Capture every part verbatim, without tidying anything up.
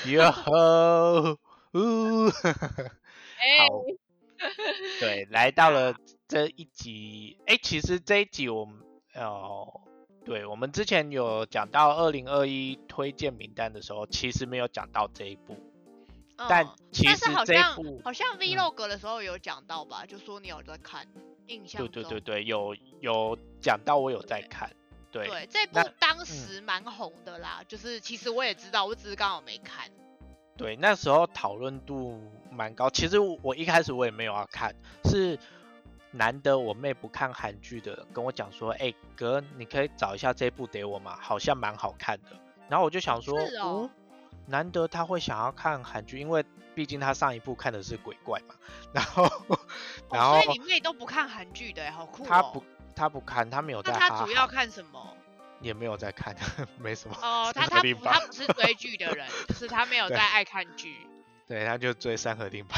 哟吼，呜， 哎、 好，对，来到了这一集，哎，其实这一集我们哦，对，我们之前有讲到二零二一推荐名单的时候，其实没有讲到这一部，但嗯， 其但是实这一好像部， 好像嗯， Vlog 的时候有讲到吧，就说你有在看，印对象中。 对对对，有有讲到，我有在看，对， 对，这部那当嗯， 时蛮红的啦，就是其实我也知道，我只是刚好没看。 对，那时候讨论度蛮高。其实我一开始我也没有要看，是难得我妹不看韩剧的跟我讲说，哎、欸哥，你可以找一下这部给我吗？好像蛮好看的。然后我就想说， 是哦， 哦， 难得他会想要看韩剧，因为毕竟他上一部看的是鬼怪嘛。然后， 哦， 然后所以你妹都不看韩剧的耶，好酷他不哦。 他不看，他没有那在她主要哈韩， 看什么？ 也没有在看，没什么哦， 三她她不合令吧？ 她不是追剧的人，就是她没有对在爱看剧。 对，他就追三合令吧。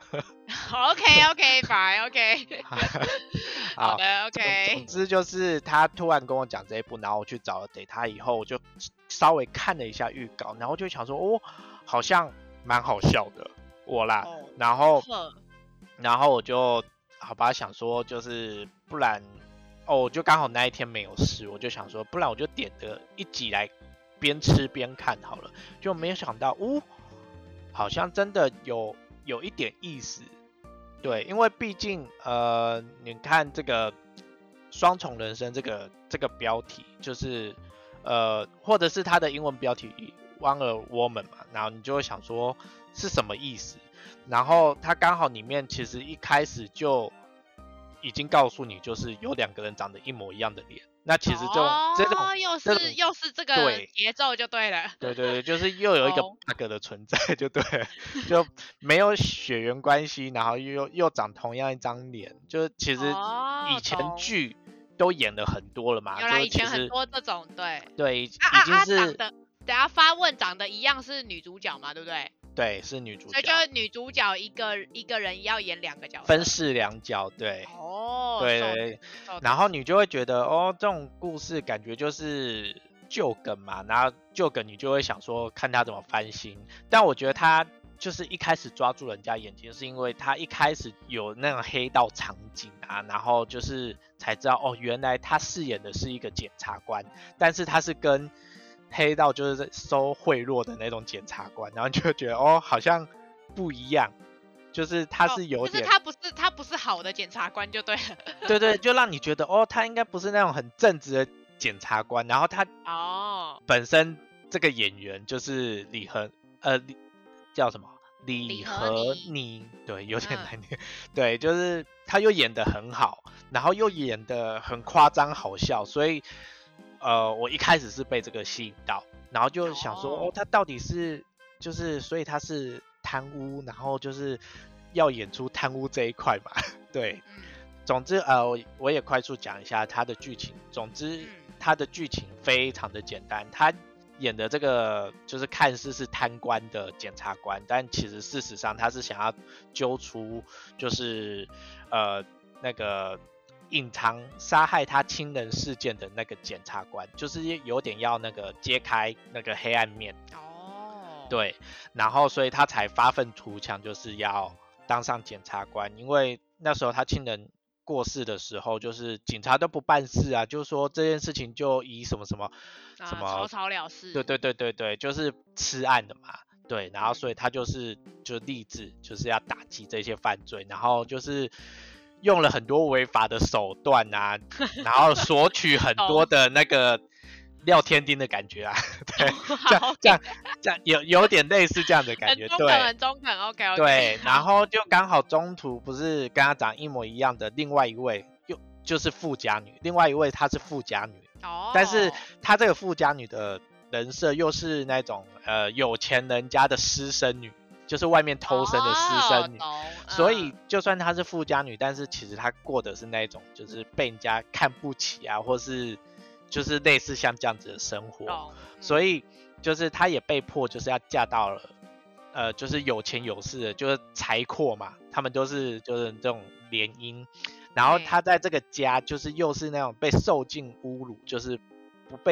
OK OK fine OK，好好， 的总总 OK。 之就是他突然跟我讲这一部，然后我去找了 data 以后，我就稍微看了一下预告，然后就想说，哦，好像蛮好笑的，我啦， 哦， 然后呵， 然后我就好吧，想说就是不然，哦，我就刚好那一天没有事，我就想说，不然我就点的一集来边吃边看好了，就没有想到，哦，好像真的有有一点意思。对，因为毕竟呃，你看这个双重人生这个这个标题，就是呃，或者是它的英文标题 One a Woman 嘛，然后你就会想说是什么意思？然后它刚好里面其实一开始就已经告诉你，就是有两个人长得一模一样的脸。那其实这种、 哦， 这种又这种是又是这个对节奏就对了。 对对对，就是又有一个哦 bug 的存在，就对了，就没有血缘关系，然后又又长同样一张脸，就是其实以哦， 前懂。 剧都演了很多了嘛， 原来就以前很其实多这种，对。 对已啊啊已经啊，长是得，等下发问长得一样是女主角嘛，对不对？ 对是女主所以就角是女主角一个一个人要演两个角色。 分饰两角，对哦，受对对， 受然后你就会觉得哦，这种故事感觉就是旧梗嘛，然后旧梗你就会想说看他怎么翻新，但我觉得他就是一开始抓住人家眼睛，是因为他一开始有那种黑道场景啊，然后就是才知道哦，原来他饰演的是一个检察官，但是他是跟黑道就是收贿赂的那种检察官，然后就会觉得哦，好像不一样，就是他哦， 是有点就是他不是他不是好的检察官就对了。 对对，就让你觉得哦，他应该不是那种很正直的检察官，然后他哦， 本身这个演员就是李和呃李叫什么李李和和妮， 妮，对，有点嗯， 难念，对，就是他又演得很好，然后又演得很夸张好笑，所以呃我一开始是被这个吸引到，然后就想说哦， 哦， 他到底是就是所以他是贪污，然后就是要演出贪污这一块嘛，对。 嗯总之，呃，我我也快速讲一下它的剧情。总之， 嗯， 它的剧情非常的简单。他演的这个就是看似是贪官的检察官，但其实事实上他是想要揪出就是呃那个隐藏杀害他亲人事件的那个检察官，就是有点要那个揭开那个黑暗面。 哦， 对，然后所以他才发愤图强，就是要当上检察官，因为那时候他亲人过世的时候，就是警察都不办事啊，就是说这件事情就以什么什么什啊，草么， 草了事。 对对对对对，就是吃案的嘛，对，然后所以嗯， 他就是就立志就是要打击这些犯罪，然后就是用了很多违法的手段啊，然后索取很多懂的那个廖天丁的感觉啊，对， 懂， 这样好，OK， 这样这样有有点类似这样的感觉， 很中肯， 对。 很中肯，OK OK， 对，然好， 后就刚好中途不是跟他长一模一样的另外一位，又就是富家女，另外一位她是富家女，但是哦， 她这个富家女的人设又是那种呃有钱人家的私生女，就是外面偷生的私哦， 生女， 懂， 所以嗯， 就算她是富家女，但是其实她过的是那种就是被人家看不起啊，或是就是类似像这样子的生活， 懂，嗯， 所以就是她也被迫就是要嫁到了。呃，就是有钱有势的，就是财阔嘛，他们都是就是这种联姻，然后嘿， 他在这个家就是又是那种被受尽侮辱，就是不被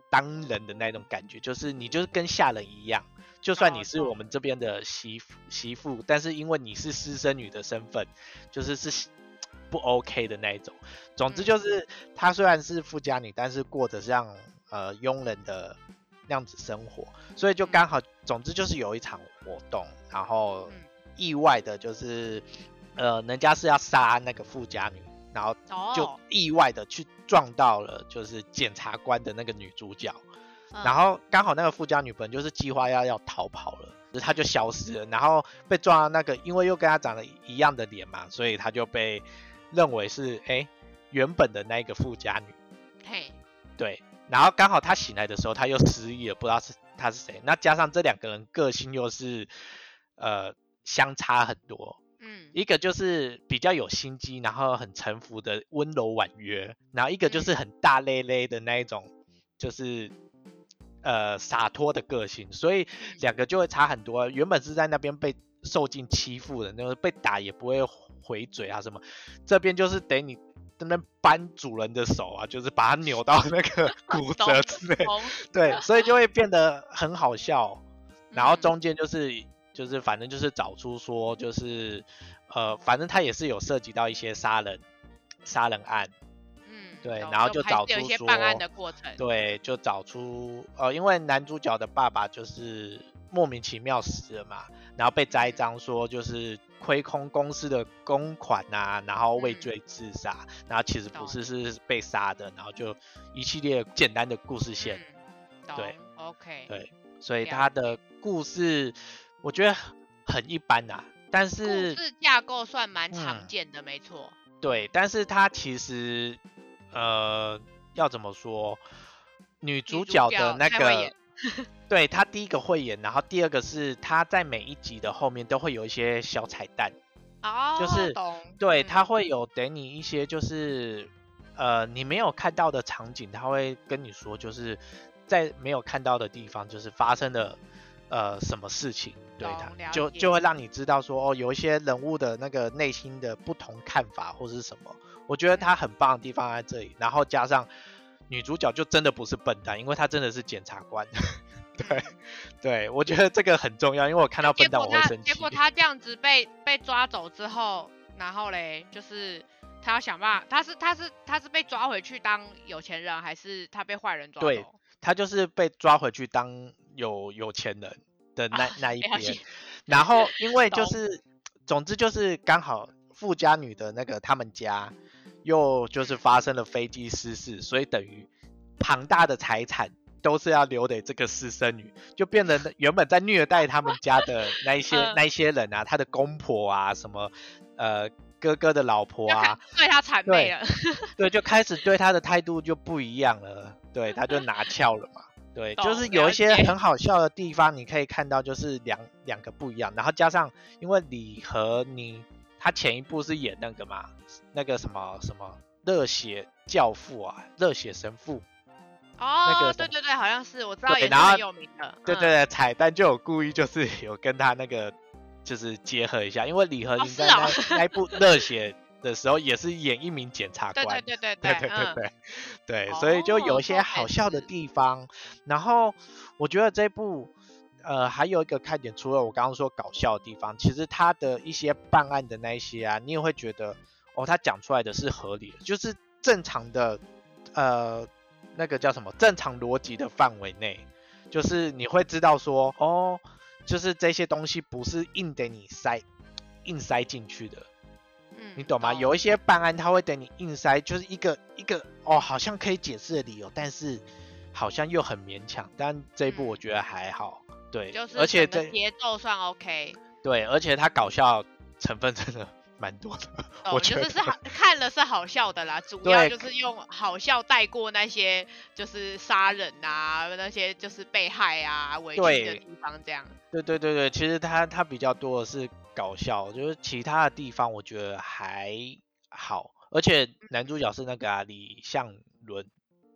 当人的那种感觉，就是你就是跟下人一样，就算你是哦我们这边的媳妇媳妇，但是因为你是私生女的身份，就是是不 OK 的那一种。总之就是她虽然是富家女，但是过着像呃佣人的那样子生活，所以就刚好，总之就是有一场活动，然后意外的就是呃人家是要杀那个富家女，然后就意外的去撞到了就是检察官的那个女主角，然后刚好那个富家女本就是计划要要逃跑了，她就消失了，然后被撞到那个，因为又跟她长得一样的脸嘛，所以她就被认为是哎原本的那个富家女。 嘿， 对，然后刚好她醒来的时候，她又失忆了，不知道是她是谁。那加上这两个人个性又是呃相差很多。嗯，一个就是比较有心机，然后很臣服的温柔婉约，然后一个就是很大咧咧的那一种，就是呃洒脱的个性，所以两个就会差很多。原本是在那边被受尽欺负的，那个被打也不会回嘴啊什么，这边就是得你在那边扳主人的手啊，就是把他扭到那个骨折之类，对，所以就会变得很好笑。然后中间就是。就是反正就是找出说就是呃反正他也是有涉及到一些杀人杀人案，嗯，对，然后就找出说有一些办案的过程， 对，就找出呃因为男主角的爸爸就是莫名其妙死了嘛，然后被栽赃说就是亏空公司的公款啊，然后畏罪自杀，嗯、然后其实不是是被杀的，然后就一系列简单的故事线， 嗯、 对 ，OK， 对，所以他的故事。我觉得很一般啊，但是故事架构算蛮常见的，嗯、没错。 对，但是它其实呃要怎么说，女主角的那个，对，她第一个会演，然后第二个是她在每一集的后面都会有一些小彩蛋， 哦， 就是懂， 对， 嗯、 她会有给你一些就是呃你没有看到的场景，她会跟你说，就是在没有看到的地方就是发生了。呃，什么事情？对他就就会让你知道说，哦，有一些人物的那个内心的不同看法或是什么。我觉得他很棒的地方在这里，然后加上女主角就真的不是笨蛋，因为她真的是检察官。对对，我觉得这个很重要，因为我看到笨蛋我会生气。 结果他这样子被被抓走之后，然后嘞，就是他要想办法，他是他是他是被抓回去当有钱人，还是他被坏人抓走？ 对，他就是被抓回去当有有钱人的那、啊、那一边，然后因为就是总之就是刚好富家女的那个他们家又就是发生了飞机失事，所以等于庞大的财产都是要留给这个私生女，就变成原本在虐待他们家的那一些、嗯、那一些人啊，他的公婆啊，什么呃哥哥的老婆啊， 对他谄媚了， 对，就开始对他的态度就不一样了，对，他就拿翘了嘛。对，就是有一些很好笑的地方，你可以看到，就是两两个不一样，然后加上因为李和你他前一部是演那个嘛，那个什么什么热血教父啊，热血神父。 哦，那个对对对，好像是，我知道也是很有名的。 对对对，嗯、彩蛋就有故意就是有跟他那个就是结合一下，因为李和你在那、哦哦、那一部热血。的时候也是演一名检察官， 对对对对对对对对， 嗯、 对，所以就有一些好笑的地方。哦、然后我觉得这部呃还有一个看点，除了我刚刚说搞笑的地方，其实他的一些办案的那一些啊，你也会觉得哦，他讲出来的是合理的，就是正常的呃那个叫什么正常逻辑的范围内，就是你会知道说哦，就是这些东西不是硬给你塞硬塞进去的。你懂吗？ 嗯、 有一些办案他会等你硬塞，就是一个一个哦，好像可以解释的理由，但是好像又很勉强。但这一部我觉得还好，嗯、对， 就是而且这节奏算 OK。 对，而且它搞笑成分真的蛮多的， 哦、 我觉得就是是看了是好笑的啦，主要就是用好笑带过那些就是杀人啊，那些就是被害啊、委屈的地方这样。 对对对对，其实它它比较多的是搞笑，就是其他的地方我觉得还好，而且男主角是那个、啊、李相伦，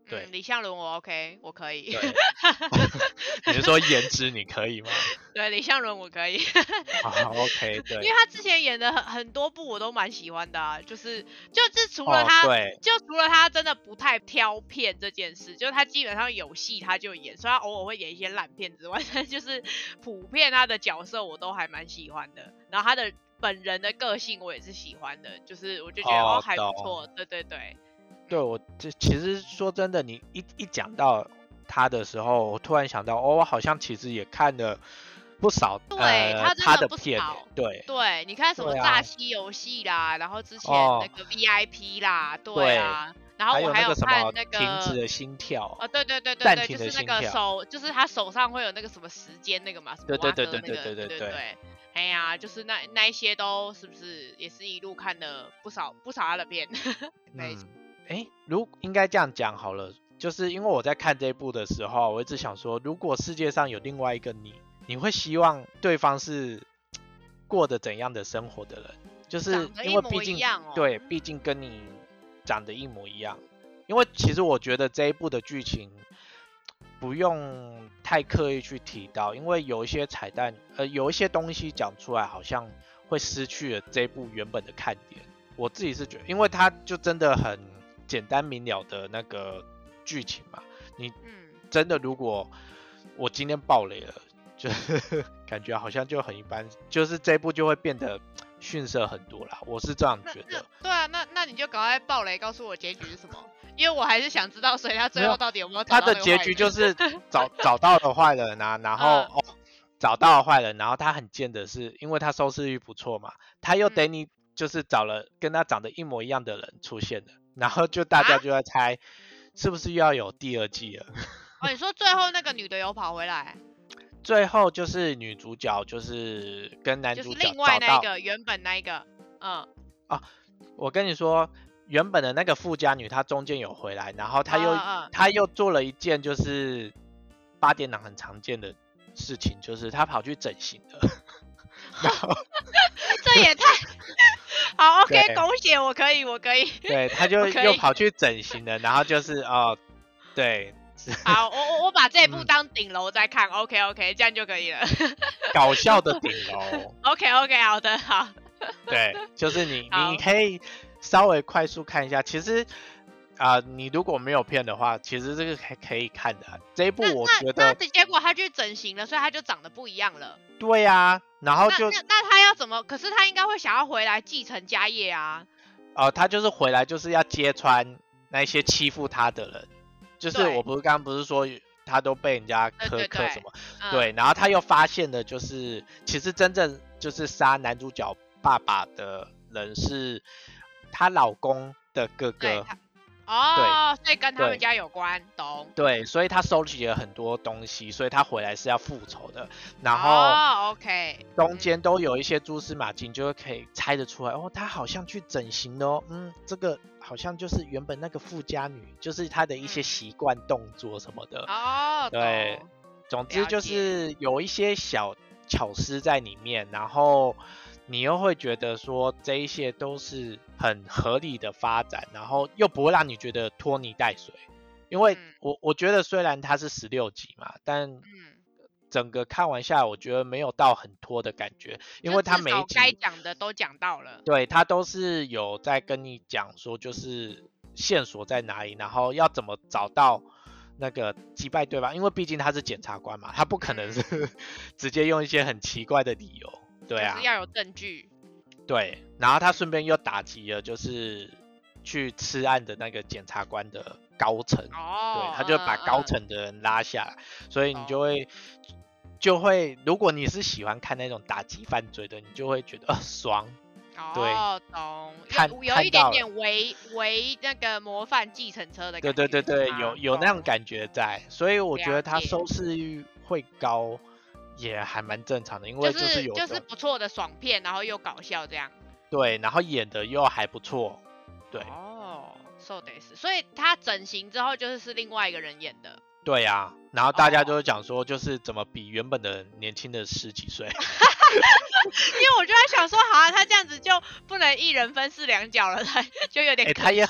对， 嗯，李相伦我 OK， 我可以。 对，你是说颜值你可以吗？ 对，李相伦我可以。 好 OK， 因为对， 他之前演的很很多部我都蛮喜欢的啊，就是就是除了哦， 他， 对， 就除了他真的不太挑片这件事，就是他基本上有戏他就演，虽然偶尔会演一些烂片之外，但就是普遍他的角色我都还蛮喜欢的，然后他的本人的个性我也是喜欢的，就是我就觉得哦哦， 还不懂。 错，对对对。 对，我这其实说真的，你一一讲到他的时候，我突然想到，哦，我好像其实也看了不少对呃他真的不他的片诶， 少， 对， 对，你看什么对啊， 诈欺游戏啦，然后之前那哦， 个 V I P 啦，对对， 啊，然后还有那我还有个什么看那个， 停止的心跳， 啊，对对对对对， 暂停就是那个的心跳， 手，就是他手上会有那个什么时间那个嘛，什么对对蛙对对对哥那个， 对对对， 对对对，哎呀，就是那那一些都是不是也是一路看了不少不少他的片，没错， 嗯，哎，如应该这样讲好了，就是因为我在看这一部的时候，我一直想说，如果世界上有另外一个你，你会希望对方是过得怎样的生活的人？就是长得一模一因为毕竟样哦， 对，毕竟跟你长得一模一样。因为其实我觉得这一部的剧情不用太刻意去提到，因为有一些彩蛋，呃，有一些东西讲出来，好像会失去了这一部原本的看点。我自己是觉得，因为它就真的很简单明了的那个剧情嘛，你嗯， 真的如果我今天爆雷了，就是感觉好像就很一般，就是这一部就会变得逊色很多啦，我是这样那那觉得。 对啊，那那你就赶快爆雷告诉我结局是什么，因为我还是想知道，所以他最没有后到底有没有找他的结到那个坏人？ 局就是找找到了坏人啊，然后、 嗯哦找到了坏人，然后他很贱的是，因为他收视率不错嘛，他又嗯等你就是找了跟他长得一模一样的人出现了，然后就大家啊， 就在猜是不是又要有第二季了。 哦，你说最后那个女的有跑回来， 最后就是女主角就是跟男就是主角另外那一找到个原本那一个，嗯， 啊，我跟你说，原本的那个富家女她中间有回来，然后她又嗯嗯， 她又做了一件就是八点档很常见的事情，就是她跑去整形了。然后这也太好，OK， 对狗血我可以，我可以， 对，她就我可以又跑去整形了，然后就是哦，对，是好，我我我把这一部嗯当顶楼在看，OK OK，这样就可以了搞笑的顶楼， ，OK OK，好的好， 对，就是你好你可以稍微快速看一下，其实。啊、你如果没有骗的话，其实这个可可以看的啊、这一部那我觉那那得， 结果他去整形了，所以他就长得不一样了。 对啊，然后就那那那他要怎么？可是他应该会想要回来继承家业啊。 哦，他就是回来就是要揭穿那些欺负他的人，就是对我不是刚刚不是说他都被人家苛对对对刻什么， 嗯、 对，然后他又发现了，就是其实真正就是杀男主角爸爸的人是她老公的哥哥， 对他哦，所以跟他们对家有关，懂？ 对，所以他收集了很多东西，所以他回来是要复仇的，然后。 哦，OK， 中间都有一些蛛丝马迹，就会可以猜得出来哦，他好像去整形了哦，嗯，这个好像就是原本那个富家女，就是她的一些嗯习惯动作什么的， 哦， 对， 懂总之就了解是有一些小巧思在里面，然后你又会觉得说这一些都是很合理的发展，然后又不会让你觉得拖泥带水，因为嗯我我觉得虽然它是十六集嘛，但嗯， 整个看完下来，我觉得没有到很拖的感觉，因就为它每一至少该集讲的都讲到了。 对它都是有在跟你讲说，就是线索在哪里，然后要怎么找到那个击败对方，因为毕竟他是检察官嘛，他不可能是直接用一些很奇怪的理由，对啊就是，要有证据。 对，然后他顺便又打击了就是去吃案的那个检察官的高层， 哦， 对，他就把嗯嗯高层的人拉下来，所以你哦就会就会，如果你是喜欢看那种打击犯罪的，你就会觉得、呃、爽，对哦，懂， 看有有一点看到了点为为那个模范计程车的对感觉。 对对对， 啊有有那种懂感觉在，所以我觉了得它解收视率会高，也还蛮正常的，因为就就是有的就是不错的爽片，然后又搞笑这样。 对，然后演的又还不错，对哦，so this，所以他整形之后就是是另外一个人演的。 对啊，然后大家哦都会讲说，就是怎么比原本的人年轻的十几岁， 因为我就在想说，好、啊，他这样子就不能一人分饰两角了，他就有点哎， 可惜。 他也很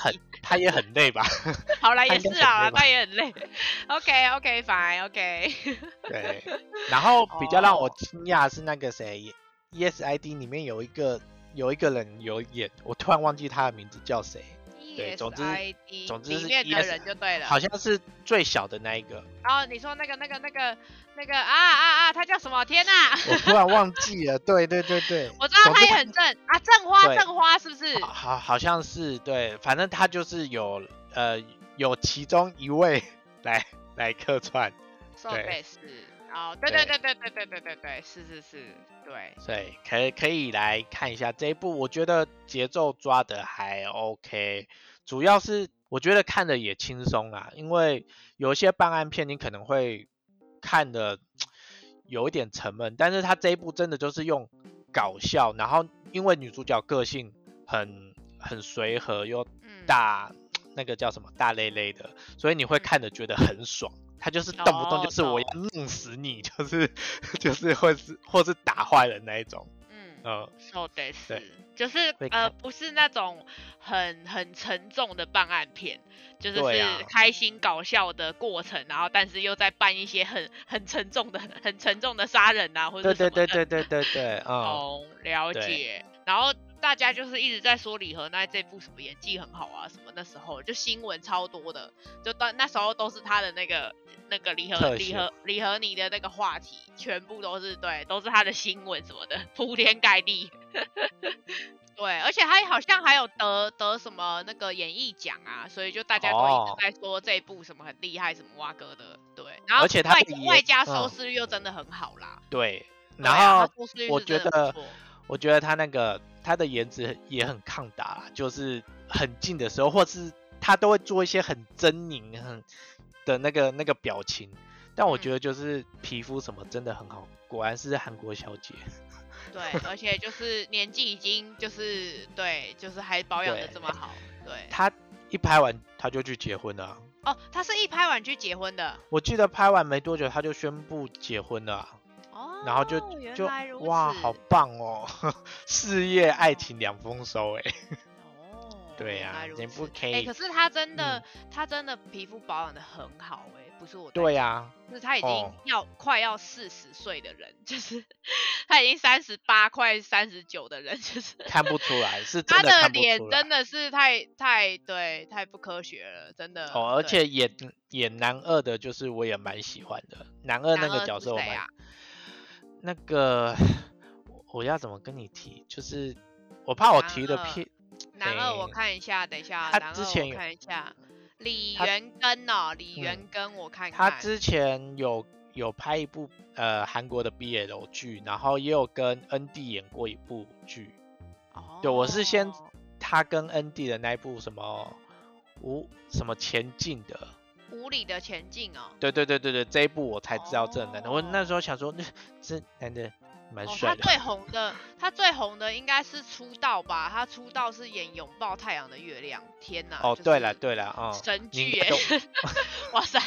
他也很累吧？ 好啦，也是啊， 他他也很累。OK OK fine OK 对，然后比较让我哦惊讶是那个谁，E S I D 里面有一个有一个人有演，我突然忘记他的名字叫谁。对，总之 ESID 总之是里面的 E S 人就对了。 好像是最小的那一个， 然后你说那个那个那个那个啊啊啊，他叫什么？天哪！ 我突然忘记了。对对对对， 我知道他也很正啊，正花对正花是不是？ 好好好像是对，反正他就是有呃有其中一位来来客串，对对是哦，对对对对对对对对对，是是是，对。 对，可以可以来看一下这一部，我觉得节奏抓的还 OK，主要是我觉得看的也轻松啦，因为有一些办案片你可能会看的有一点沉闷，但是他这一部真的就是用搞笑，然后因为女主角个性很很随和又大、嗯、那个叫什么大咧咧的，所以你会看的觉得很爽。他就是动不动就是我要弄死你，哦、就是就是或是或是打坏人那一种。嗯嗯，说的是，就是呃不是那种很很沉重的办案片，就是是开心搞笑的过程，然后但是又在办一些很很沉重的很沉重的杀人啊或者什么的。 对对对对对对对，嗯， 哦，了解。然后大家就是一直在说李荷奈这部什么演技很好啊什么，那时候就新闻超多的，就当那时候都是他的那个那个李荷李荷李荷妮的那个话题，全部都是对，都是他的新闻什么的，铺天盖地。对，而且他好像还有得得什么那个演艺奖啊，所以就大家都一直在说这一部什么很厉害，什么蛙哥的，对。然后而且他外外加收视率又真的很好啦。 嗯、对，然后我觉得。 我觉得他那个他的颜值也很抗打，就是很近的时候，或是他都会做一些很狰狞、很的那个那个表情。但我觉得就是皮肤什么真的很好，果然是韩国小姐。 对，而且就是年纪已经就是对，就是还保养的这么好。对， 他一拍完他就去结婚了、啊。 哦，他是一拍完去结婚的。 我记得拍完没多久他就宣布结婚了、啊。 哦， 然后就就哇，好棒哦！事业爱情两丰收哎。哦，对呀、啊，这部可以。 哎、欸，可是他真的，嗯、他真的皮肤保养的很好哎、欸，不是我。 对呀、啊， 就是他已经要、哦、快要四十岁的人，就是他已经三十八快三十九的人，就是看不出来，是真的看不出来。 他的脸真的是太太对太不科学了，真的。 哦，而且演演男二的，就是我也蛮喜欢的，男二那个角色我蛮。那个我要怎么跟你提？就是我怕我提的片。 男二我看一下，等一下。 他之前有看一下李元根哦，李元根我看看。 他之前有有拍一部呃韩国的 B L 剧，然后也有跟恩地演过一部剧。哦。对，我是先他跟恩地的那一部什么无什么前进的。 无理的前进哦， 对对对对对，这一部我才知道这男的。哦、我那时候想说，这男的蛮帅的、 哦。他最红的，他最红的应该是出道吧？他出道是演《拥抱太阳的月亮》，天哪！ 哦，对了对了啊， 神剧耶！哇塞！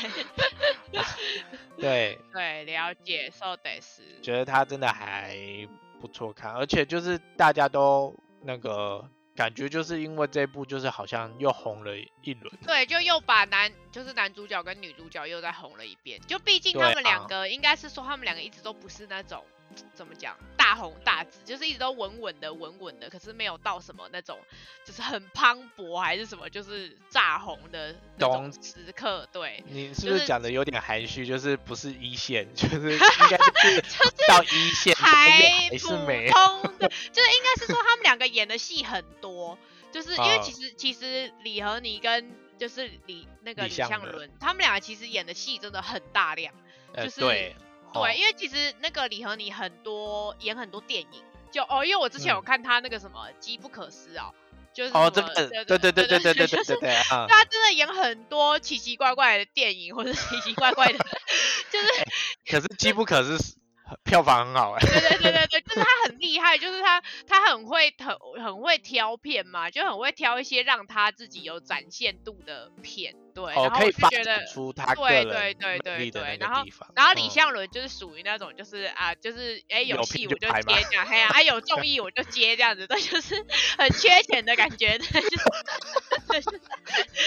对对，了解 ，so this。 觉得他真的还不错看，而且就是大家都那个。感觉就是因为这部就是好像又红了一轮， 对，就又把男就是男主角跟女主角又再红了一遍。就毕竟他们两个、啊、应该是说他们两个一直都不是那种怎么讲大红大紫，就是一直都稳稳的稳稳的，可是没有到什么那种就是很磅礴还是什么就是炸红的那种时刻。对， 你是不是讲的有点含蓄？就是不是一线，就是应该是到一线还还是没通的，就是应该是说他们两个演的戏很多，就是因为其实、嗯、其实李荷妮跟就是李那个李相伦，他们两个其实演的戏真的很大量，就是。 呃对对，哦、因为其实那个李荷妮很多演很多电影，就哦，因为我之前有看他那个什么《机不可失》哦，就是哦，这个对对对对对对对对对，啊， 他真的演很多奇奇怪怪的电影或者奇奇怪怪的，就是欸、可是《机不可失》票房很好哎、 欸，对对对对对，就是他很厉害，就是他他很会很很会挑片嘛，就很会挑一些让他自己有展现度的片。对， 哦、 然后我就觉得出他对对对对对，然后然后李相伦就是属于那种就是啊就是哎、欸、有戏我就接这样，哎呀啊有综艺我就接这样子，这就是很缺钱的感觉，就是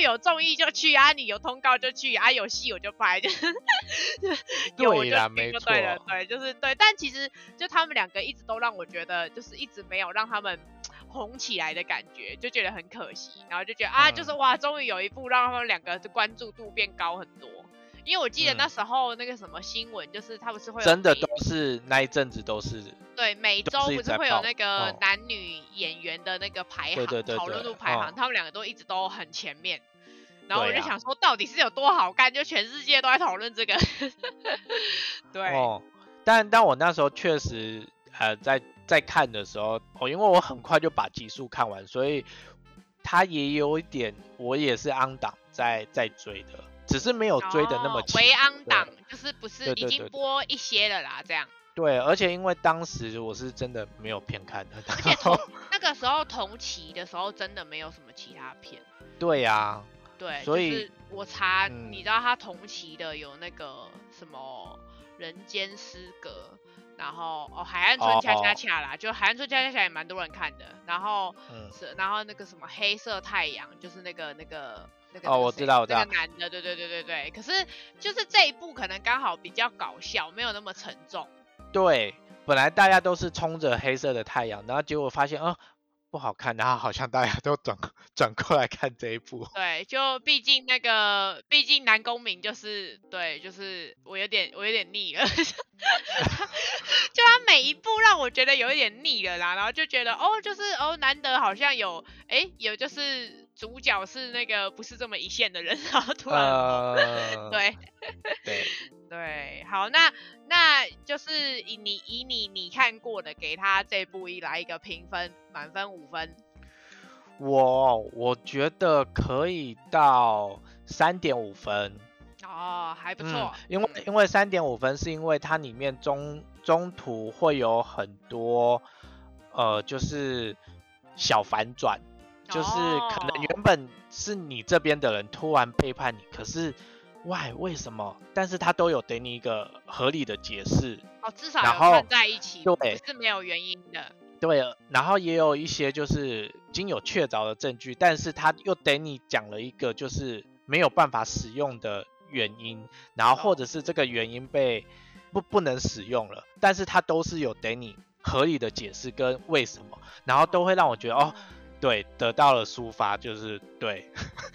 有综艺就去啊，你有通告就去啊，有戏我就拍，就是有我就对啦， 去没错， 就对了，对，就是对。但其实就他们两个一直都让我觉得，就是一直没有让他们红起来的感觉，就觉得很可惜。然后就觉得啊， 嗯就是哇，终于有一部让他们两个的关注度变高很多。因为我记得那嗯时候那个什么新闻，就是他不是会有每真的都是那一阵子都是， 对每周都是一不是直在报会有那个哦男女演员的那个排对行讨对对对， 论度排行， 哦， 他们两个都一直都很前面。然后我对呀、 就想说，到底是有多好看？就全世界都在讨论这个。对， 哦，但但我那时候确实，呃，在在看的时候，哦，因为我很快就把集数看完，所以它也有一点，我也是昂档在在追的，只是没有追的那么哦，维勤。 昂档对就是不是已经对对对对播一些了啦，这样。 对，而且因为当时我是真的没有片看的， 而且同那个时候同期的时候，真的没有什么其他片。 对呀、 对， 所以就是我查， 嗯你知道他同期的有那个什么人间失格，然后哦海岸村恰恰恰啦，就海岸村恰恰恰也蛮多人看的，然后嗯， 是然后那个什么黑色太阳，就是那个那个那个哦，我知道我知道那个，男的，对对对对对，可是就是这一部可能刚好比较搞笑，没有那么沉重。 对，本来大家都是冲着黑色的太阳，然后结果发现，哦，不好看，然后好像大家都转转过来看这一部。 对，就毕竟那个，毕竟男公民就是对，就是我有点我有点腻了，就他每一部让我觉得有一点腻了啦，然后就觉得哦，就是哦，难得好像有哎有就是主角是那个不是这么一线的人，然后突然、 呃， 对对， 对，好，那那就是以你以你你看过的，给他这部一来一个评分，满分五分。 我我觉得可以到三点五分。 哦，还不嗯错，， 因为因为三点五分是因为它里面中中途会有很多呃，就是小反转，就是可能哦原本是你这边的人突然背叛你，可是 why 为什么？但是他都有给你一个合理的解释， 哦，至少有然后串在一起，不对是没有原因的。 对，然后也有一些就是经有确凿的证据，但是他又给你讲了一个就是没有办法使用的原因，然后或者是这个原因被不不能使用了，但是他都是有给你合理的解释跟为什么，然后都会让我觉得哦，对，得到了抒发，就是对，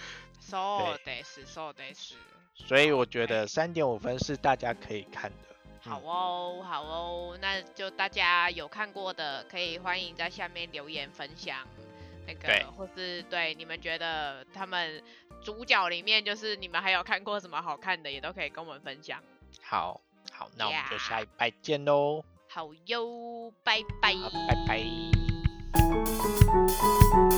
，so this so this， 所以我觉得三点五分是大家可以看的。 好哦，好哦，那就大家有看过的，可以欢迎在下面留言分享，那对个或是对你们觉得他们主角里面，就是你们还有看过什么好看的，也都可以跟我们分享。 好，好，那我们就 Yeah 下一拜见喽， 好哟，拜拜， 好拜拜。